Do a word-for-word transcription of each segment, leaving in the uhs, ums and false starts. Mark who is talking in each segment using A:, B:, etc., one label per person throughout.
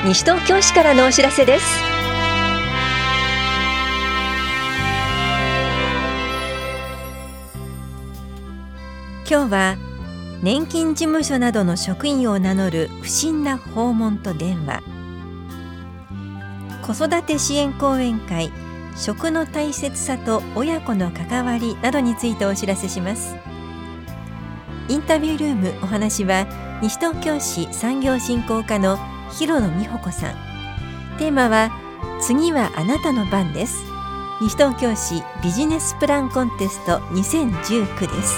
A: 西東京市からのお知らせです。今日は年金事務所などの職員を名乗る不審な訪問と電話、子育て支援講演会、食の大切さと親子の関わりなどについてお知らせします。インタビュールーム、お話は西東京市産業振興課の広野美穂子さん。テーマは次はあなたの番です。西東京市ビジネスプランコンテストにせんじゅうきゅうです。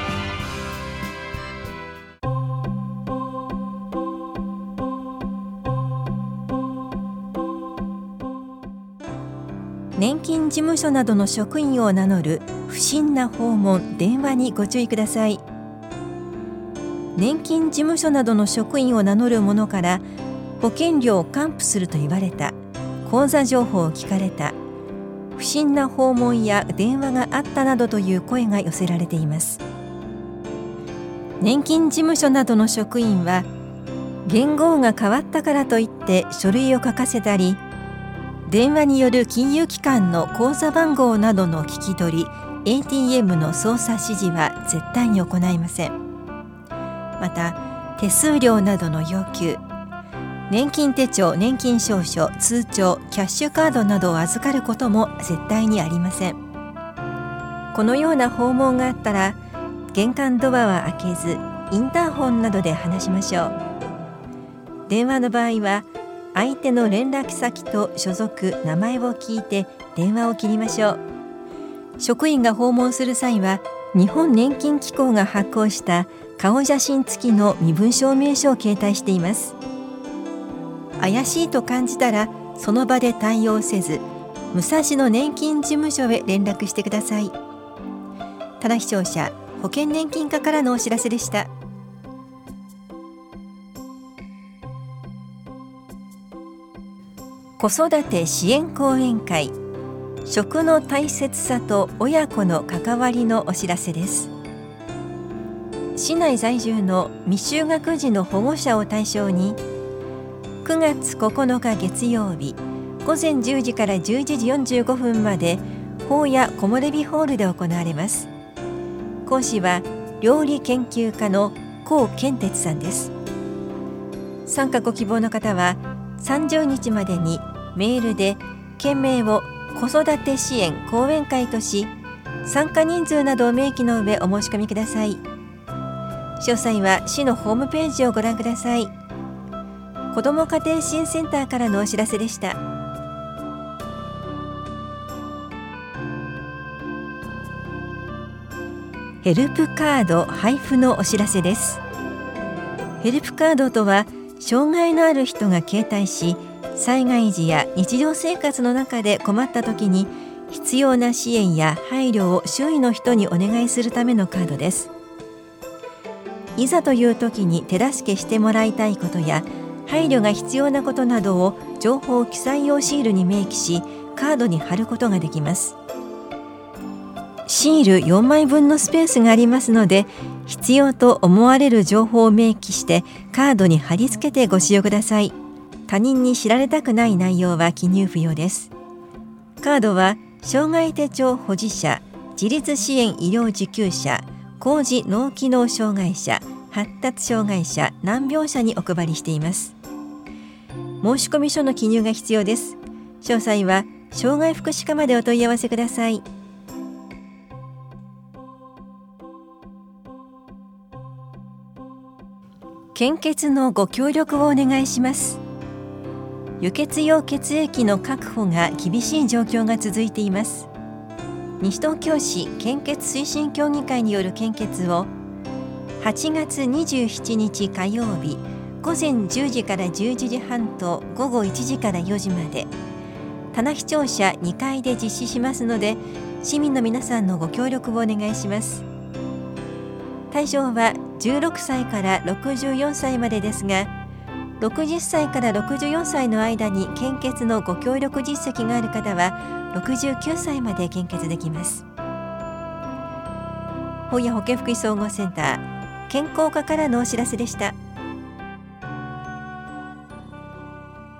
A: 年金事務所などの職員を名乗る不審な訪問、電話にご注意ください。年金事務所などの職員を名乗る者から保険料を還付すると言われた、口座情報を聞かれた、不審な訪問や電話があったなどという声が寄せられています。年金事務所などの職員は元号が変わったからといって書類を書かせたり、電話による金融機関の口座番号などの聞き取り、 エーティーエム の操作指示は絶対に行いません。また手数料などの要求、年金手帳、年金証書、通帳、キャッシュカードなどを預かることも絶対にありません。このような訪問があったら玄関ドアは開けず、インターホンなどで話しましょう。電話の場合は相手の連絡先と所属、名前を聞いて電話を切りましょう。職員が訪問する際は日本年金機構が発行した顔写真付きの身分証明書を携帯しています。怪しいと感じたらその場で対応せず、武蔵野年金事務所へ連絡してください。棚視聴者保険年金課からのお知らせでした。子育て支援講演会、食の大切さと親子の関わりのお知らせです。市内在住の未就学児の保護者を対象にくがつここのか月曜日ごぜんじゅうじからじゅういちじよんじゅうごふんまで法や木漏れ日ホールで行われます。講師は料理研究家の高健哲さんです。参加ご希望の方はさんじゅうにちまでにメールで件名を子育て支援講演会とし、参加人数などを明記の上お申し込みください。詳細は市のホームページをご覧ください。子ども家庭支援センターからのお知らせでした。ヘルプカード配布のお知らせです。ヘルプカードとは、障害のある人が携帯し、災害時や日常生活の中で困った時に必要な支援や配慮を周囲の人にお願いするためのカードです。いざという時に手助けしてもらいたいことや配慮が必要なことなどを情報記載用シールに明記し、カードに貼ることができます。シールよんまいぶんのスペースがありますので、必要と思われる情報を明記してカードに貼り付けてご使用ください。他人に知られたくない内容は記入不要です。カードは障害手帳保持者、自立支援医療受給者、高次脳機能障害者、発達障害者、難病者にお配りしています。申込書の記入が必要です。詳細は障害福祉課までお問い合わせください。献血のご協力をお願いします。輸血用血液の確保が厳しい状況が続いています。西東京市献血推進協議会による献血をはちがつにじゅうしちにち火曜日ごぜんじゅうじからじゅういちじはんとごごいちじからよじまで棚視聴者にかいで実施しますので、市民の皆さんのご協力をお願いします。対象はじゅうろくさいからろくじゅうよんさいまでですが、ろくじゅっさいからろくじゅうよんさいの間に献血のご協力実績がある方はろくじゅうきゅうさいまで献血できます。法や保健福祉総合センター健康課からのお知らせでした。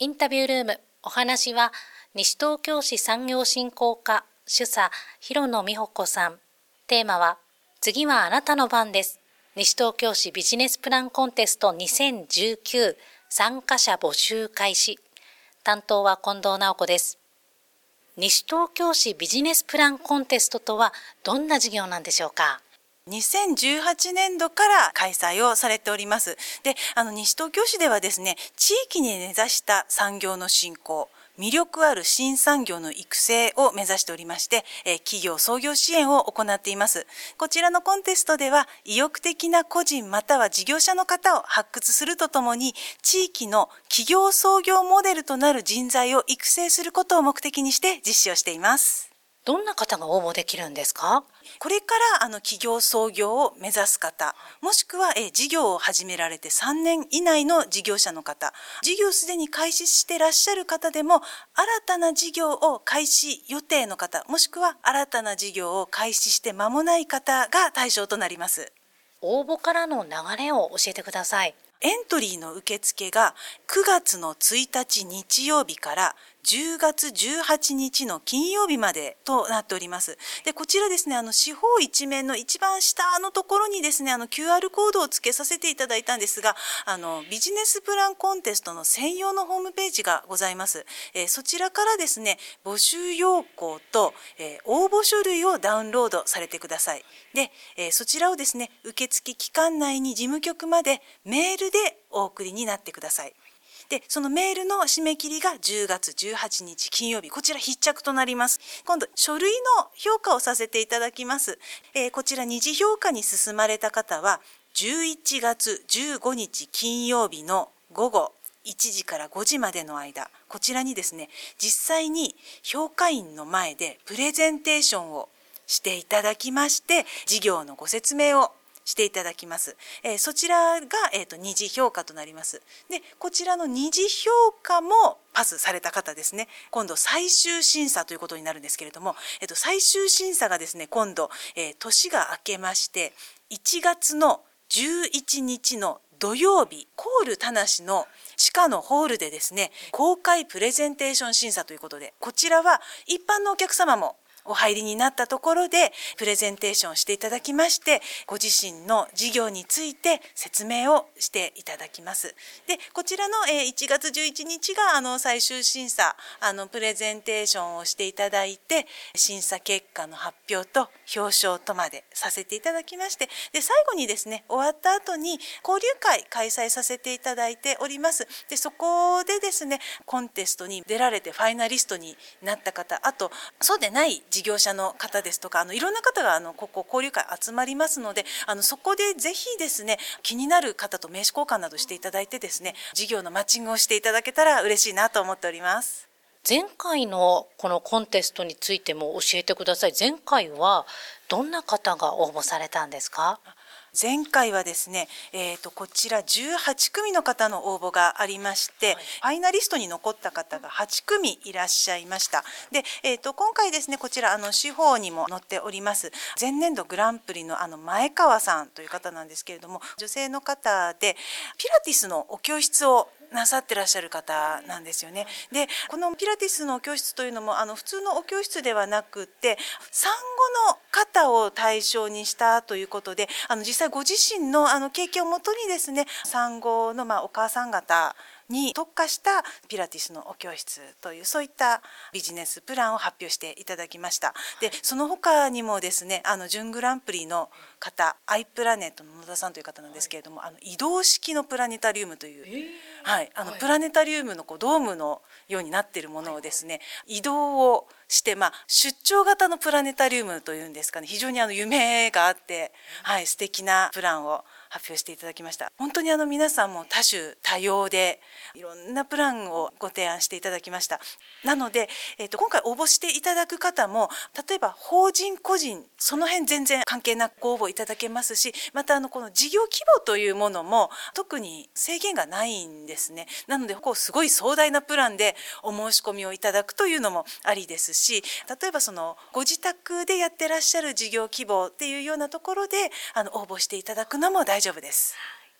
B: インタビュールーム、お話は西東京市産業振興課主査広野美穂子さん。テーマは次はあなたの番です。西東京市ビジネスプランコンテストにせんじゅうきゅう参加者募集開始。担当は近藤直子です。西東京市ビジネスプランコンテストとはどんな事業なんでしょうか。
C: にせんじゅうはちねんどから開催をされております。で、あの西東京市ではですね、地域に根ざした産業の振興、魅力ある新産業の育成を目指しておりまして、えー、企業創業支援を行っています。こちらのコンテストでは、意欲的な個人または事業者の方を発掘するとともに、地域の企業創業モデルとなる人材を育成することを目的にして実施をしています。
B: どんな方が応募できるんですか？
C: これからあの企業創業を目指す方、もしくはえ事業を始められてさんねん以内の事業者の方、事業すでに開始してらっしゃる方でも、新たな事業を開始予定の方、もしくは新たな事業を開始して間もない方が対象となります。
B: 応募からの流れを教えてください。
C: エントリーの受付がくがつのついたち日曜日からじゅうがつじゅうはちにちの金曜日までとなっております。で、こちらですね、あの四方一面の一番下のところにですね、あの キューアール コードを付けさせていただいたんですが、あのビジネスプランコンテストの専用のホームページがございます。えー、そちらからですね、募集要項と、えー、応募書類をダウンロードされてください。で、えー、そちらをですね、受付期間内に事務局までメールでお送りになってください。で、そのメールの締め切りがじゅうがつじゅうはちにち金曜日、こちら必着となります。今度、書類の評価をさせていただきます。えー、こちら二次評価に進まれた方は、じゅういちがつじゅうごにち金曜日の午後いちじからごじまでの間、こちらにですね、実際に評価員の前でプレゼンテーションをしていただきまして、事業のご説明をしていただきます。えー、そちらが、えーと、二次評価となります。で、こちらの二次評価もパスされた方ですね、今度最終審査ということになるんですけれども、えーと、最終審査がですね、今度、えー、年が明けまして、いちがつのじゅういちにちの土曜日、コール田無の地下のホールでですね、公開プレゼンテーション審査ということで、こちらは一般のお客様もお入りになったところでプレゼンテーションしていただきまして、ご自身の事業について説明をしていただきます。で、こちらのいちがつじゅういちにちがあの最終審査、あのプレゼンテーションをしていただいて、審査結果の発表と表彰とまでさせていただきまして、で、最後にですね、終わった後に交流会開催させていただいております。で、そこでですね、コンテストに出られてファイナリストになった方、あとそうでない事業者の方ですとか、あのいろんな方があのここ交流会集まりますので、あのそこでぜひですね、気になる方と名刺交換などしていただいてですね、事業のマッチングをしていただけたら嬉しいなと思っております。
B: 前回のこのコンテストについても教えてください。前回はどんな方が応募されたんですか？
C: 前回はですね、えー、とこちらじゅうはちくみの方の応募がありまして、はい、ファイナリストに残った方がはちくみいらっしゃいました。で、えー、と今回ですね、こちらあの司法にも載っております前年度グランプリのあの前川さんという方なんですけれども、女性の方でピラティスのお教室をなさってらっしゃる方なんですよね。で、このピラティスの教室というのもあの普通のお教室ではなくて、産後の方を対象にしたということで、あの実際ご自身のあの経験をもとにですね、産後のまあお母さん方に特化したピラティスのお教室というそういったビジネスプランを発表していただきました。で、その他にもですね、あの準グランプリの方、アイプラネットの野田さんという方なんですけれども、あの移動式のプラネタリウムという、はい、あのプラネタリウムのこうドームのようになっているものをですね、移動をして、まあ、出張型のプラネタリウムというんですかね、非常にあの夢があって、はい、素敵なプランを発表していただきました。本当にあの皆さんも多種多様でいろんなプランをご提案していただきました。なので、えー、と今回応募していただく方も、例えば法人個人その辺全然関係なくご応募いただけますし、またあのこの事業規模というものも特に制限がないんですね。なのでこうすごい壮大なプランでお申し込みをいただくというのもありですし、例えばそのご自宅でやってらっしゃる事業規模っていうようなところであの応募していただくのも大丈夫です。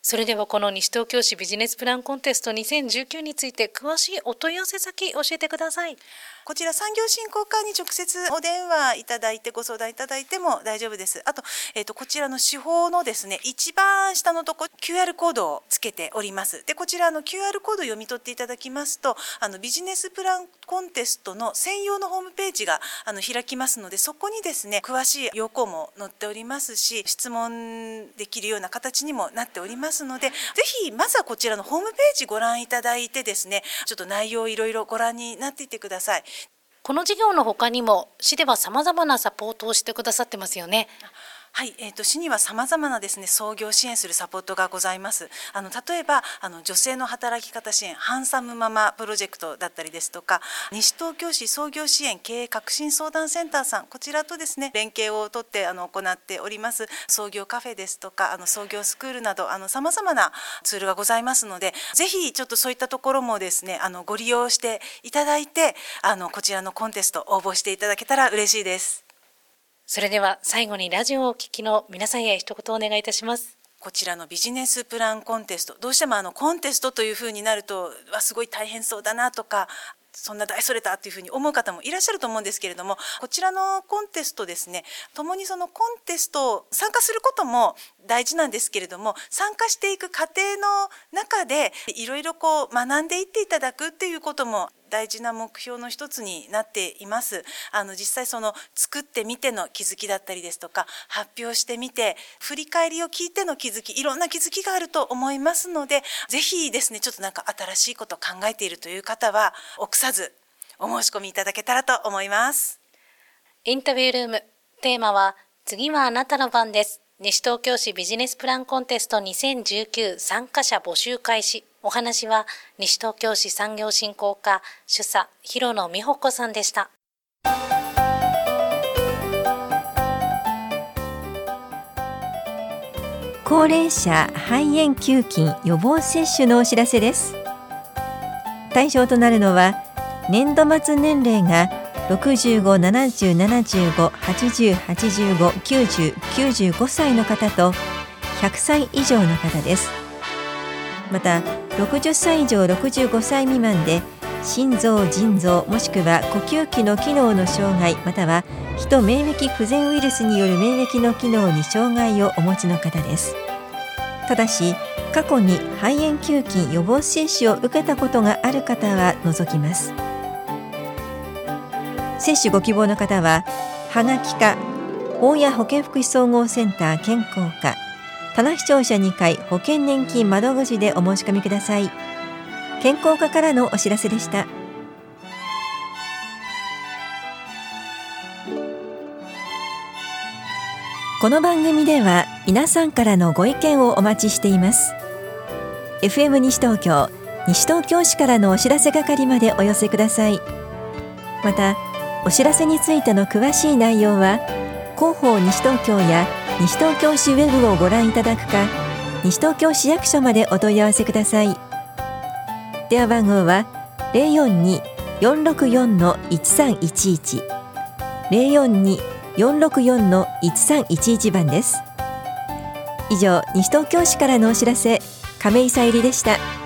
B: それではこの西東京市ビジネスプランコンテストにせんじゅうきゅうについて詳しいお問い合わせ先教えてください。
C: こちら産業振興課に直接お電話いただいてご相談いただいても大丈夫です。あと、えーと、こちらの手法のですね、一番下のとこ キューアール コードをつけております。で、こちらの キューアール コードを読み取っていただきますと、あのビジネスプランコンテストの専用のホームページがあの開きますので、そこにですね、詳しい要項も載っておりますし、質問できるような形にもなっておりますので、ぜひまずはこちらのホームページご覧いただいてですね、ちょっと内容をいろいろご覧になっていってください。
B: この事業の他にも市ではさまざまなサポートをしてくださってますよね。
C: はい、えーと、市にはさまざまなですね、創業支援するサポートがございます。あの例えばあの女性の働き方支援ハンサムママプロジェクトだったりですとか、西東京市創業支援経営革新相談センターさん、こちらとですね連携をとってあの行っております創業カフェですとか、あの創業スクールなどさまざまなツールがございますので、ぜひちょっとそういったところもですねあのご利用していただいて、あのこちらのコンテスト応募していただけたら嬉しいです。
B: それでは最後にラジオをお聞きの皆さんへ一言お願いいたします。
C: こちらのビジネスプランコンテスト、どうしてもあのコンテストというふうになるとわすごい大変そうだなとか、そんな大それたというふうに思う方もいらっしゃると思うんですけれども、こちらのコンテストですね、共にそのコンテスト参加することも大事なんですけれども、参加していく過程の中でいろいろこう学んでいっていただくっていうことも大事な目標の一つになっています。あの実際その作ってみての気づきだったりですとか、発表してみて振り返りを聞いての気づき、いろんな気づきがあると思いますので、ぜひですねちょっとなんか新しいことを考えているという方は臆さずお申し込みいただけたらと思います。
B: インタビュールーム、テーマは次はあなたの番です。西東京市ビジネスプランコンテストにせんじゅうきゅう参加者募集開始。お話は西東京市産業振興課主査広野美穂子さんでした。
A: 高齢者肺炎球菌予防接種のお知らせです。対象となるのは年度末年齢がろくじゅうご、ななじゅう、ななじゅうご、はちじゅう、はちじゅうご、きゅうじゅう、きゅうじゅうごさいの方とひゃくさい以上の方です。またろくじゅっさい以上ろくじゅうごさい未満で心臓、腎臓もしくは呼吸器の機能の障害、またはヒト免疫不全ウイルスによる免疫の機能に障害をお持ちの方です。ただし過去に肺炎球菌予防接種を受けたことがある方は除きます。接種ご希望の方ははがきか大谷保健福祉総合センター健康課棚視聴者にかい保険年金窓口でお申し込みください。健康課からのお知らせでした。この番組では皆さんからのご意見をお待ちしています。 エフエム 西東京西東京市からのお知らせ係までお寄せください。またお知らせについての詳しい内容は広報西東京や西東京市ウェブをご覧いただくか、西東京市役所までお問い合わせください。電話番号は ゼロよんに よんろくよん いちさんいちいち ゼロよんに よんろくよん いちさんいちいち番です。以上、西東京市からのお知らせ、亀井さゆりでした。